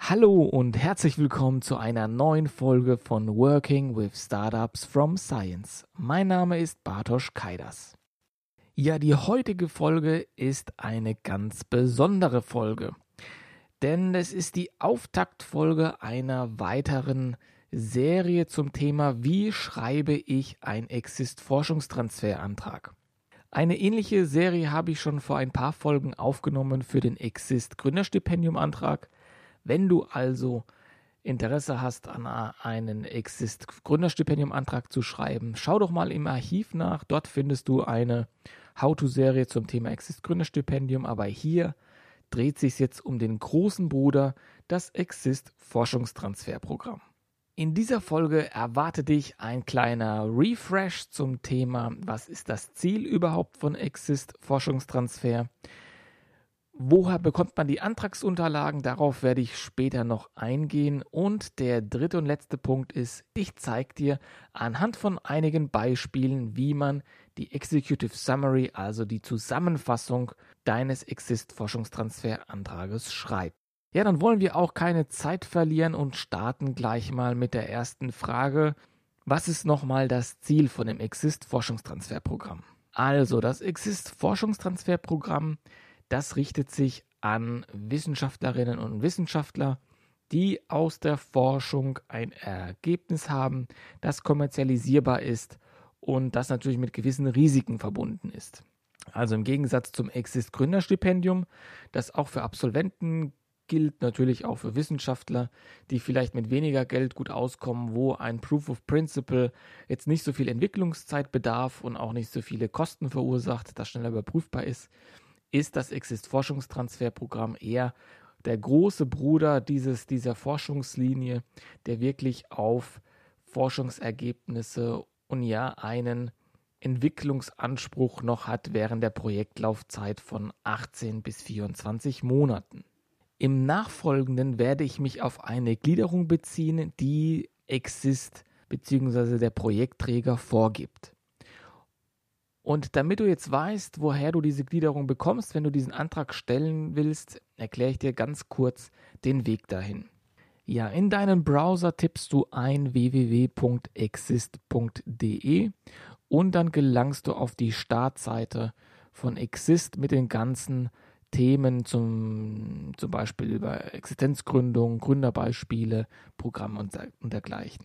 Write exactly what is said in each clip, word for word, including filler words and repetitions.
Hallo und herzlich willkommen zu einer neuen Folge von Working with Startups from Science. Mein Name ist Bartosz Kaidas. Ja, die heutige Folge ist eine ganz besondere Folge, denn es ist die Auftaktfolge einer weiteren Serie zum Thema Wie schreibe ich ein Exist-Forschungstransferantrag? Eine ähnliche Serie habe ich schon vor ein paar Folgen aufgenommen für den Exist-Gründerstipendium-Antrag. Wenn du also Interesse hast, an einen Exist-Gründerstipendium-Antrag zu schreiben, schau doch mal im Archiv nach. Dort findest du eine How-to-Serie zum Thema Exist-Gründerstipendium. Aber hier dreht sich jetzt um den großen Bruder, das Exist-Forschungstransferprogramm. In dieser Folge erwartet dich ein kleiner Refresh zum Thema, was ist das Ziel überhaupt von Exist-Forschungstransfer? Woher bekommt man die Antragsunterlagen? Darauf werde ich später noch eingehen. Und der dritte und letzte Punkt ist, ich zeige dir anhand von einigen Beispielen, wie man die Executive Summary, also die Zusammenfassung deines Exist-Forschungstransferantrages schreibt. Ja, dann wollen wir auch keine Zeit verlieren und starten gleich mal mit der ersten Frage. Was ist nochmal das Ziel von dem Exist-Forschungstransferprogramm? Also, das Exist-Forschungstransferprogramm, das richtet sich an Wissenschaftlerinnen und Wissenschaftler, die aus der Forschung ein Ergebnis haben, das kommerzialisierbar ist und das natürlich mit gewissen Risiken verbunden ist. Also im Gegensatz zum Exist-Gründerstipendium, das auch für Absolventen gilt, natürlich auch für Wissenschaftler, die vielleicht mit weniger Geld gut auskommen, wo ein Proof of Principle jetzt nicht so viel Entwicklungszeit bedarf und auch nicht so viele Kosten verursacht, das schneller überprüfbar ist, ist das Exist-Forschungstransferprogramm eher der große Bruder dieses, dieser Forschungslinie, der wirklich auf Forschungsergebnisse und ja einen Entwicklungsanspruch noch hat während der Projektlaufzeit von achtzehn bis vierundzwanzig Monaten. Im Nachfolgenden werde ich mich auf eine Gliederung beziehen, die Exist bzw. der Projektträger vorgibt. Und damit du jetzt weißt, woher du diese Gliederung bekommst, wenn du diesen Antrag stellen willst, erkläre ich dir ganz kurz den Weg dahin. Ja, in deinen Browser tippst du ein w w w punkt exist punkt d e und dann gelangst du auf die Startseite von Exist mit den ganzen Themen, zum, zum Beispiel über Existenzgründung, Gründerbeispiele, Programme und, und dergleichen.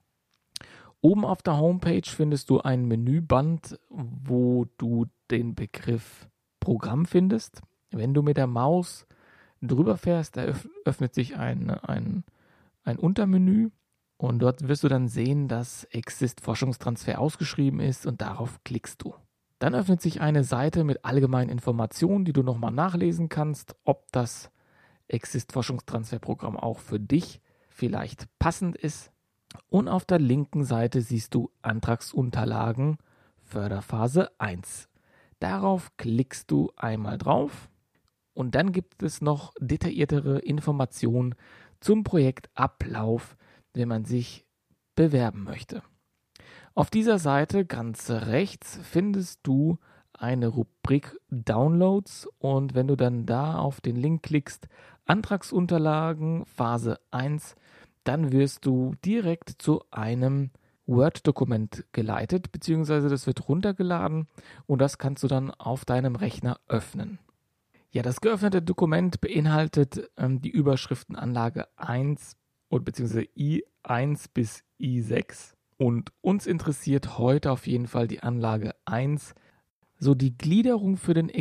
Oben auf der Homepage findest du ein Menüband, wo du den Begriff Programm findest. Wenn du mit der Maus drüber fährst, da öffnet sich ein, ein, ein Untermenü und dort wirst du dann sehen, dass Exist Forschungstransfer ausgeschrieben ist und darauf klickst du. Dann öffnet sich eine Seite mit allgemeinen Informationen, die du nochmal nachlesen kannst, ob das Exist Forschungstransferprogramm auch für dich vielleicht passend ist. Und auf der linken Seite siehst du Antragsunterlagen Förderphase eins. Darauf klickst du einmal drauf und dann gibt es noch detailliertere Informationen zum Projektablauf, wenn man sich bewerben möchte. Auf dieser Seite ganz rechts findest du eine Rubrik Downloads und wenn du dann da auf den Link klickst, Antragsunterlagen Phase eins, dann wirst du direkt zu einem Word-Dokument geleitet, beziehungsweise das wird runtergeladen und das kannst du dann auf deinem Rechner öffnen. Ja, das geöffnete Dokument beinhaltet ähm, die Überschriften Anlage eins und beziehungsweise I eins bis I sechs. Und uns interessiert heute auf jeden Fall die Anlage eins. So, die Gliederung für den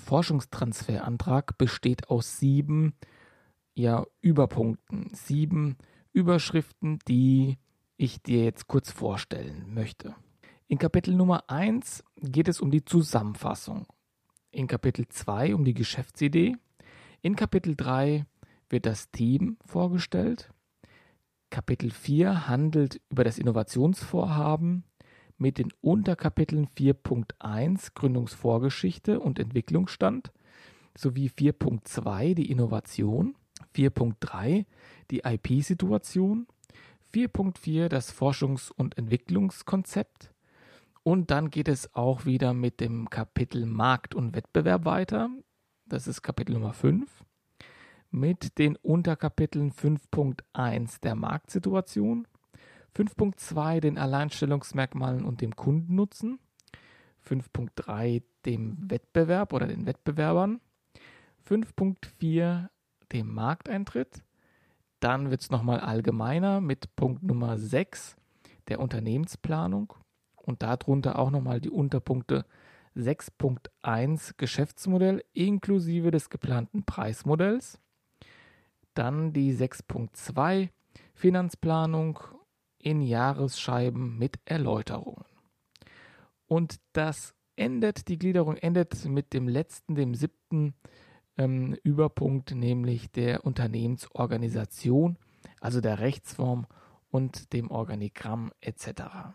Exist-Forschungstransferantrag besteht aus sieben ja, Überpunkten, sieben Überschriften, die ich dir jetzt kurz vorstellen möchte. In Kapitel Nummer eins geht es um die Zusammenfassung. In Kapitel zwei um die Geschäftsidee. In Kapitel drei wird das Team vorgestellt. Kapitel vier handelt über das Innovationsvorhaben mit den Unterkapiteln vier Punkt eins Gründungsvorgeschichte und Entwicklungsstand sowie vier Punkt zwei die Innovation, vier Punkt drei die I P-Situation, vier Punkt vier das Forschungs- und Entwicklungskonzept und dann geht es auch wieder mit dem Kapitel Markt und Wettbewerb weiter. Das ist Kapitel Nummer fünf. mit den Unterkapiteln fünf Punkt eins der Marktsituation, fünf Punkt zwei den Alleinstellungsmerkmalen und dem Kundennutzen, fünf Punkt drei dem Wettbewerb oder den Wettbewerbern, fünf Punkt vier dem Markteintritt. Dann wird es nochmal allgemeiner mit Punkt Nummer sechs der Unternehmensplanung und darunter auch nochmal die Unterpunkte sechs Punkt eins Geschäftsmodell inklusive des geplanten Preismodells. Dann die sechs Punkt zwei Finanzplanung in Jahresscheiben mit Erläuterungen. Und das endet, die Gliederung endet mit dem letzten, dem siebten ähm, Überpunkt, nämlich der Unternehmensorganisation, also der Rechtsform und dem Organigramm et cetera.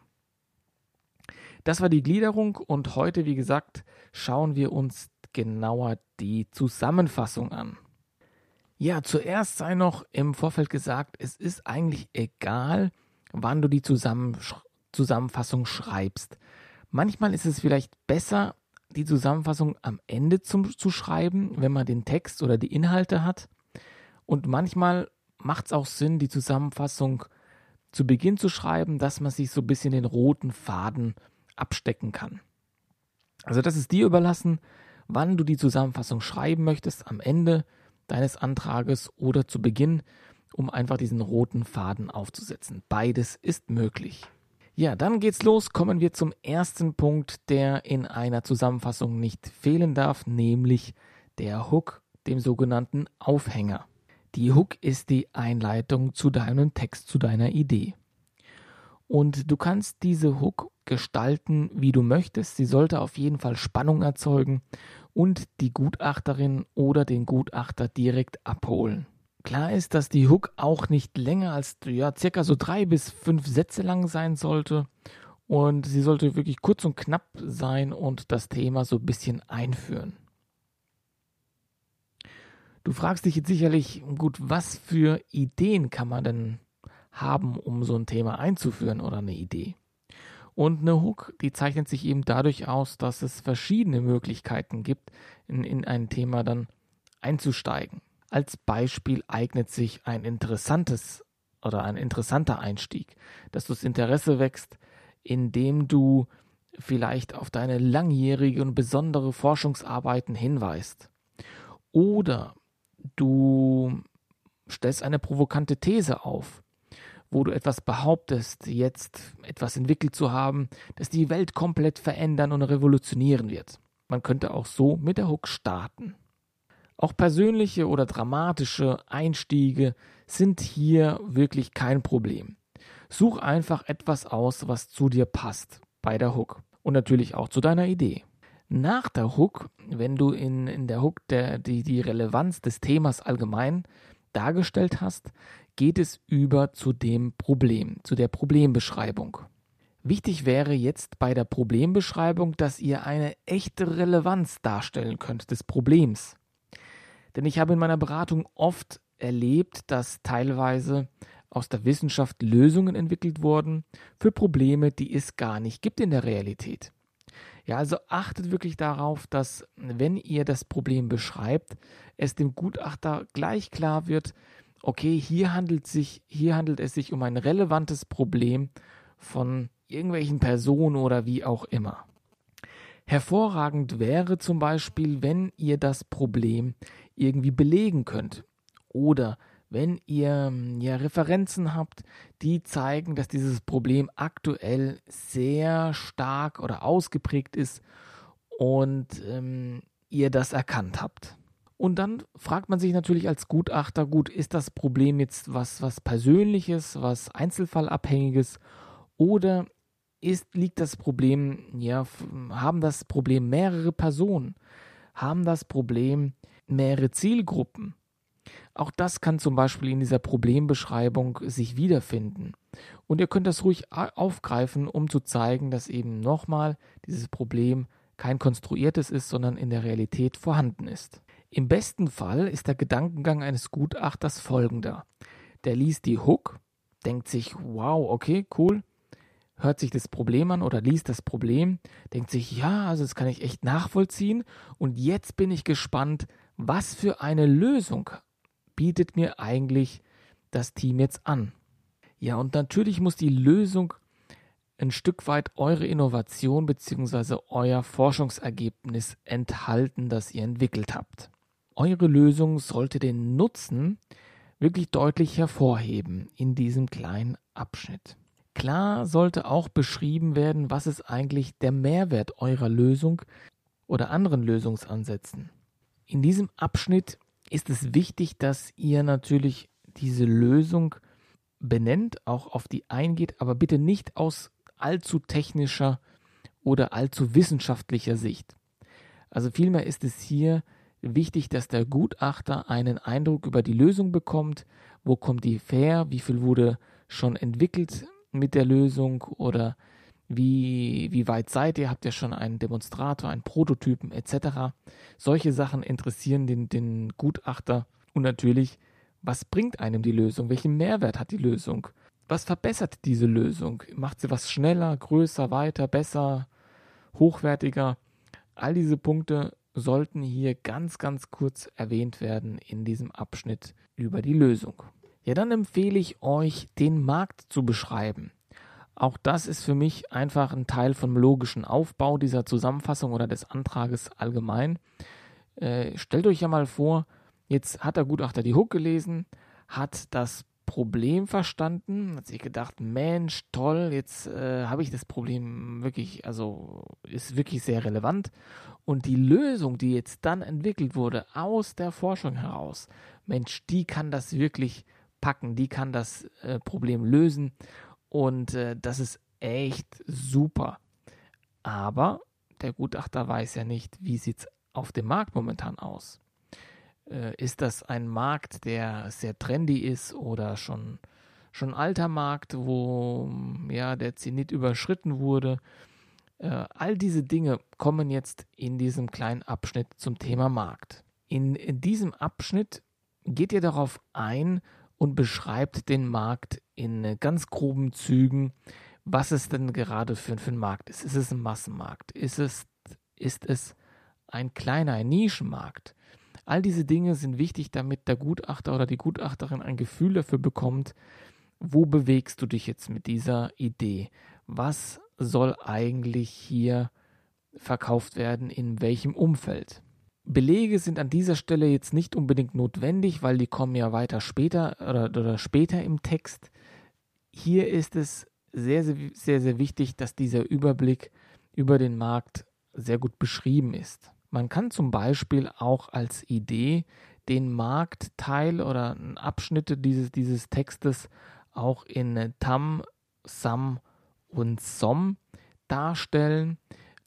Das war die Gliederung und heute, wie gesagt, schauen wir uns genauer die Zusammenfassung an. Ja, zuerst sei noch im Vorfeld gesagt, es ist eigentlich egal, wann du die Zusammen- Zusammenfassung schreibst. Manchmal ist es vielleicht besser, die Zusammenfassung am Ende zum, zu schreiben, wenn man den Text oder die Inhalte hat. Und manchmal macht es auch Sinn, die Zusammenfassung zu Beginn zu schreiben, dass man sich so ein bisschen den roten Faden abstecken kann. Also das ist dir überlassen, wann du die Zusammenfassung schreiben möchtest, am Ende deines Antrages oder zu Beginn, um einfach diesen roten Faden aufzusetzen. Beides ist möglich. Ja, dann geht's los. Kommen wir zum ersten Punkt, der in einer Zusammenfassung nicht fehlen darf, nämlich der Hook, dem sogenannten Aufhänger. Die Hook ist die Einleitung zu deinem Text, zu deiner Idee. Und du kannst diese Hook gestalten, wie du möchtest. Sie sollte auf jeden Fall Spannung erzeugen und die Gutachterin oder den Gutachter direkt abholen. Klar ist, dass die Hook auch nicht länger als ja, circa so drei bis fünf Sätze lang sein sollte und sie sollte wirklich kurz und knapp sein und das Thema so ein bisschen einführen. Du fragst dich jetzt sicherlich, gut, was für Ideen kann man denn haben, um so ein Thema einzuführen oder eine Idee? Und eine Hook, die zeichnet sich eben dadurch aus, dass es verschiedene Möglichkeiten gibt, in, in ein Thema dann einzusteigen. Als Beispiel eignet sich ein interessantes oder ein interessanter Einstieg, dass das Interesse wächst, indem du vielleicht auf deine langjährige und besondere Forschungsarbeiten hinweist. Oder du stellst eine provokante These auf, wo du etwas behauptest, jetzt etwas entwickelt zu haben, das die Welt komplett verändern und revolutionieren wird. Man könnte auch so mit der Hook starten. Auch persönliche oder dramatische Einstiege sind hier wirklich kein Problem. Such einfach etwas aus, was zu dir passt bei der Hook und natürlich auch zu deiner Idee. Nach der Hook, wenn du in, in der Hook der, die, die Relevanz des Themas allgemein dargestellt hast, geht es über zu dem Problem, zu der Problembeschreibung. Wichtig wäre jetzt bei der Problembeschreibung, dass ihr eine echte Relevanz darstellen könnt des Problems. Denn ich habe in meiner Beratung oft erlebt, dass teilweise aus der Wissenschaft Lösungen entwickelt wurden für Probleme, die es gar nicht gibt in der Realität. Ja, also achtet wirklich darauf, dass, wenn ihr das Problem beschreibt, es dem Gutachter gleich klar wird, okay, hier handelt sich, hier handelt es sich um ein relevantes Problem von irgendwelchen Personen oder wie auch immer. Hervorragend wäre zum Beispiel, wenn ihr das Problem irgendwie belegen könnt oder wenn ihr ja Referenzen habt, die zeigen, dass dieses Problem aktuell sehr stark oder ausgeprägt ist und ähm, ihr das erkannt habt. Und dann fragt man sich natürlich als Gutachter, gut, ist das Problem jetzt was, was Persönliches, was Einzelfallabhängiges oder ist, liegt das Problem, ja, haben das Problem mehrere Personen, haben das Problem mehrere Zielgruppen? Auch das kann zum Beispiel in dieser Problembeschreibung sich wiederfinden. Und ihr könnt das ruhig aufgreifen, um zu zeigen, dass eben nochmal dieses Problem kein konstruiertes ist, sondern in der Realität vorhanden ist. Im besten Fall ist der Gedankengang eines Gutachters folgender. Der liest die Hook, denkt sich, wow, okay, cool, hört sich das Problem an oder liest das Problem, denkt sich, ja, also das kann ich echt nachvollziehen und jetzt bin ich gespannt, was für eine Lösung bietet mir eigentlich das Team jetzt an? Ja, und natürlich muss die Lösung ein Stück weit eure Innovation bzw. euer Forschungsergebnis enthalten, das ihr entwickelt habt. Eure Lösung sollte den Nutzen wirklich deutlich hervorheben in diesem kleinen Abschnitt. Klar sollte auch beschrieben werden, was ist eigentlich der Mehrwert eurer Lösung oder anderen Lösungsansätzen. In diesem Abschnitt ist es wichtig, dass ihr natürlich diese Lösung benennt, auch auf die eingeht, aber bitte nicht aus allzu technischer oder allzu wissenschaftlicher Sicht. Also vielmehr ist es hier wichtig, dass der Gutachter einen Eindruck über die Lösung bekommt. Wo kommt die her? Wie viel wurde schon entwickelt mit der Lösung? Oder wie, wie weit seid ihr? Habt ihr schon einen Demonstrator, einen Prototypen et cetera? Solche Sachen interessieren den, den Gutachter. Und natürlich, was bringt einem die Lösung? Welchen Mehrwert hat die Lösung? Was verbessert diese Lösung? Macht sie was schneller, größer, weiter, besser, hochwertiger? All diese Punkte sollten hier ganz, ganz kurz erwähnt werden in diesem Abschnitt über die Lösung. Ja, dann empfehle ich euch, den Markt zu beschreiben. Auch das ist für mich einfach ein Teil vom logischen Aufbau dieser Zusammenfassung oder des Antrages allgemein. Äh, stellt euch ja mal vor, jetzt hat der Gutachter die Hook gelesen, hat das Problem verstanden, hat sich gedacht, Mensch, toll, jetzt äh, habe ich das Problem wirklich, also ist wirklich sehr relevant. Und die Lösung, die jetzt dann entwickelt wurde aus der Forschung heraus, Mensch, die kann das wirklich packen, die kann das äh, Problem lösen und äh, das ist echt super. Aber der Gutachter weiß ja nicht, wie sieht es auf dem Markt momentan aus. Äh, ist das ein Markt, der sehr trendy ist oder schon, schon ein alter Markt, wo ja, der Zenit überschritten wurde? Äh, all diese Dinge kommen jetzt in diesem kleinen Abschnitt zum Thema Markt. In, in diesem Abschnitt geht ihr darauf ein und beschreibt den Markt in ganz groben Zügen, was es denn gerade für, für ein Markt ist. Ist es ein Massenmarkt? Ist es, ist es ein kleiner, ein Nischenmarkt? All diese Dinge sind wichtig, damit der Gutachter oder die Gutachterin ein Gefühl dafür bekommt, wo bewegst du dich jetzt mit dieser Idee? Was soll eigentlich hier verkauft werden, in welchem Umfeld? Belege sind an dieser Stelle jetzt nicht unbedingt notwendig, weil die kommen ja weiter später oder, oder später im Text. Hier ist es sehr, sehr, sehr, sehr wichtig, dass dieser Überblick über den Markt sehr gut beschrieben ist. Man kann zum Beispiel auch als Idee den Marktteil oder Abschnitte dieses, dieses Textes auch in T A M, S A M und S O M darstellen.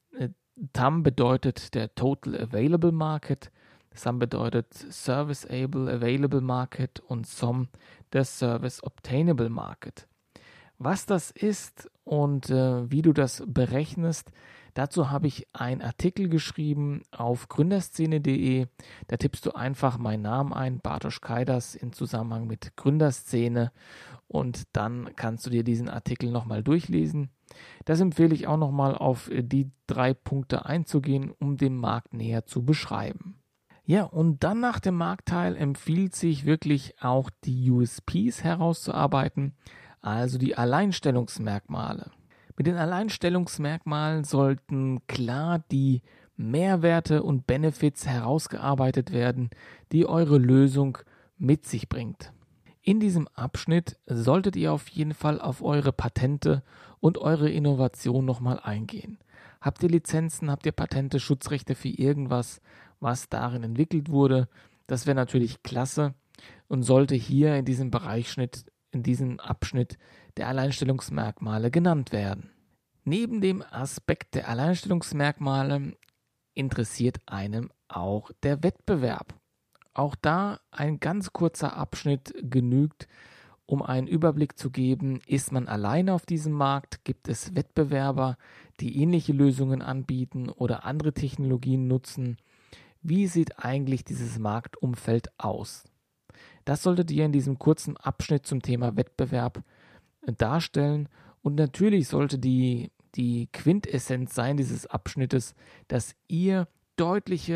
T A M bedeutet der Total Available Market, S A M bedeutet Serviceable Available Market und S O M der Service Obtainable Market. Was das ist und äh, wie du das berechnest, dazu habe ich einen Artikel geschrieben auf gründerszene punkt de. Da tippst du einfach meinen Namen ein, Bartosz Kaidas, in Zusammenhang mit Gründerszene, und dann kannst du dir diesen Artikel nochmal durchlesen. Das empfehle ich auch nochmal, auf die drei Punkte einzugehen, um den Markt näher zu beschreiben. Ja, und dann nach dem Marktteil empfiehlt sich wirklich auch die U S Ps herauszuarbeiten, also die Alleinstellungsmerkmale. Mit den Alleinstellungsmerkmalen sollten klar die Mehrwerte und Benefits herausgearbeitet werden, die eure Lösung mit sich bringt. In diesem Abschnitt solltet ihr auf jeden Fall auf eure Patente und eure Innovation nochmal eingehen. Habt ihr Lizenzen, habt ihr Patente, Schutzrechte für irgendwas, was darin entwickelt wurde? Das wäre natürlich klasse und sollte hier in diesem Bereichsschnitt, in diesem Abschnitt der Alleinstellungsmerkmale genannt werden. Neben dem Aspekt der Alleinstellungsmerkmale interessiert einem auch der Wettbewerb. Auch da ein ganz kurzer Abschnitt genügt, um einen Überblick zu geben, ist man alleine auf diesem Markt, gibt es Wettbewerber, die ähnliche Lösungen anbieten oder andere Technologien nutzen. Wie sieht eigentlich dieses Marktumfeld aus? Das solltet ihr in diesem kurzen Abschnitt zum Thema Wettbewerb darstellen, und natürlich sollte die, die Quintessenz sein dieses Abschnittes, dass ihr deutliche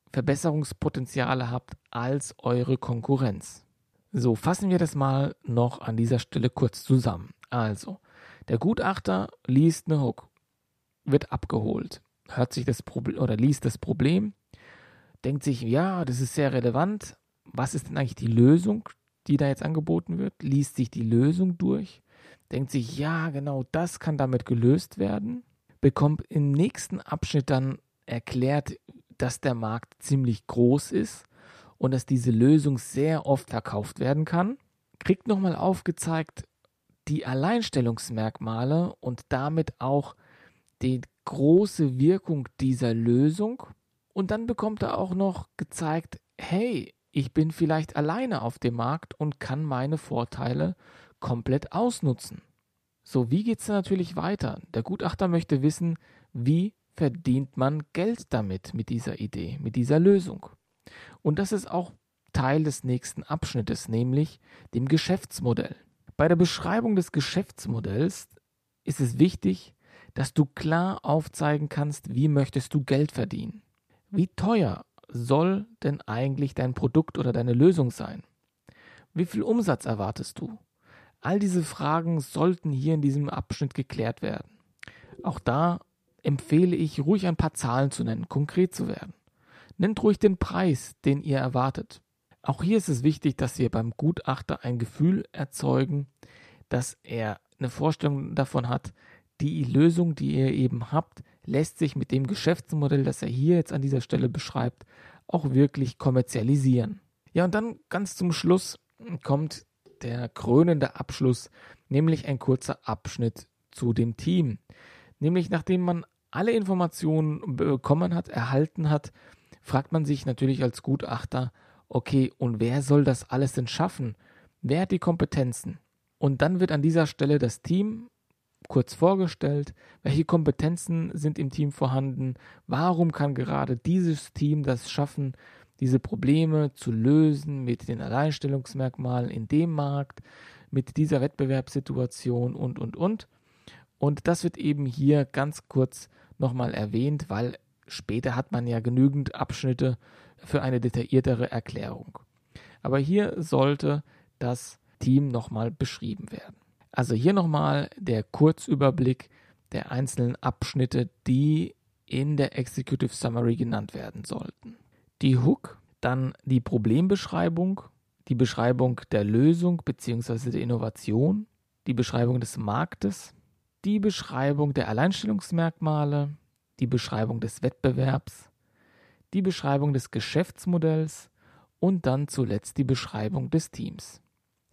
Verbesserungspotenziale habt als eure Konkurrenz. So, fassen wir das mal noch an dieser Stelle kurz zusammen. Also, der Gutachter liest eine Hook, wird abgeholt, hört sich das Problem oder liest das Problem, denkt sich, ja, das ist sehr relevant. Was ist denn eigentlich die Lösung, die da jetzt angeboten wird? Liest sich die Lösung durch, denkt sich, ja, genau das kann damit gelöst werden, bekommt im nächsten Abschnitt dann erklärt, dass der Markt ziemlich groß ist und dass diese Lösung sehr oft verkauft werden kann, kriegt nochmal aufgezeigt die Alleinstellungsmerkmale und damit auch die große Wirkung dieser Lösung und dann bekommt er auch noch gezeigt, hey, ich bin vielleicht alleine auf dem Markt und kann meine Vorteile komplett ausnutzen. So, wie geht es natürlich weiter? Der Gutachter möchte wissen, wie verdient man Geld damit, mit dieser Idee, mit dieser Lösung. Und das ist auch Teil des nächsten Abschnittes, nämlich dem Geschäftsmodell. Bei der Beschreibung des Geschäftsmodells ist es wichtig, dass du klar aufzeigen kannst, wie möchtest du Geld verdienen. Wie teuer soll denn eigentlich dein Produkt oder deine Lösung sein? Wie viel Umsatz erwartest du? All diese Fragen sollten hier in diesem Abschnitt geklärt werden. Auch da empfehle ich, ruhig ein paar Zahlen zu nennen, konkret zu werden. Nennt ruhig den Preis, den ihr erwartet. Auch hier ist es wichtig, dass wir beim Gutachter ein Gefühl erzeugen, dass er eine Vorstellung davon hat, die Lösung, die ihr eben habt, lässt sich mit dem Geschäftsmodell, das er hier jetzt an dieser Stelle beschreibt, auch wirklich kommerzialisieren. Ja, und dann ganz zum Schluss kommt der krönende Abschluss, nämlich ein kurzer Abschnitt zu dem Team. Nämlich nachdem man alle Informationen bekommen hat, erhalten hat, fragt man sich natürlich als Gutachter, okay, und wer soll das alles denn schaffen? Wer hat die Kompetenzen? Und dann wird an dieser Stelle das Team kurz vorgestellt, welche Kompetenzen sind im Team vorhanden, warum kann gerade dieses Team das schaffen, diese Probleme zu lösen mit den Alleinstellungsmerkmalen in dem Markt, mit dieser Wettbewerbssituation und, und, und. Und das wird eben hier ganz kurz nochmal erwähnt, weil später hat man ja genügend Abschnitte für eine detailliertere Erklärung. Aber hier sollte das Team nochmal beschrieben werden. Also hier nochmal der Kurzüberblick der einzelnen Abschnitte, die in der Executive Summary genannt werden sollten. Die Hook, dann die Problembeschreibung, die Beschreibung der Lösung bzw. der Innovation, die Beschreibung des Marktes, die Beschreibung der Alleinstellungsmerkmale, die Beschreibung des Wettbewerbs, die Beschreibung des Geschäftsmodells und dann zuletzt die Beschreibung des Teams.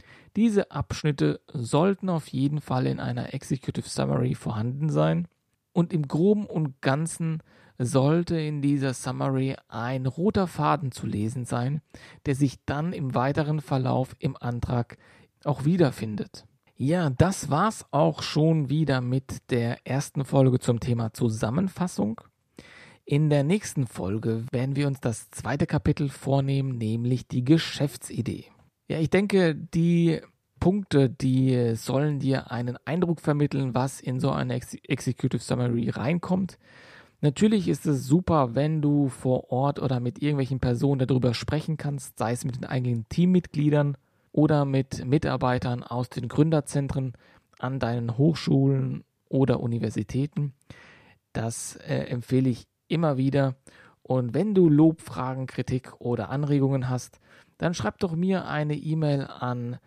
Diese Abschnitte sollten auf jeden Fall in einer Executive Summary vorhanden sein und im Groben und Ganzen sollte in dieser Summary ein roter Faden zu lesen sein, der sich dann im weiteren Verlauf im Antrag auch wiederfindet. Ja, das war's auch schon wieder mit der ersten Folge zum Thema Zusammenfassung. In der nächsten Folge werden wir uns das zweite Kapitel vornehmen, nämlich die Geschäftsidee. Ja, ich denke, die Punkte, die sollen dir einen Eindruck vermitteln, was in so eine Ex- Executive Summary reinkommt. Natürlich ist es super, wenn du vor Ort oder mit irgendwelchen Personen darüber sprechen kannst, sei es mit den eigenen Teammitgliedern oder mit Mitarbeitern aus den Gründerzentren an deinen Hochschulen oder Universitäten. Das äh, empfehle ich immer wieder. Und wenn du Lob, Fragen, Kritik oder Anregungen hast, dann schreib doch mir eine E-Mail an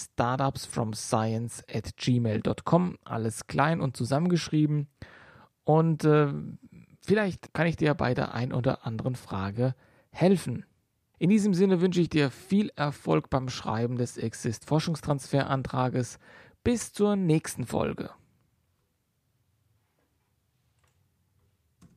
startupsfromscience at gmail dot com, alles klein und zusammengeschrieben. Und äh, vielleicht kann ich dir bei der ein oder anderen Frage helfen. In diesem Sinne wünsche ich dir viel Erfolg beim Schreiben des Exist-Forschungstransferantrages. Bis zur nächsten Folge.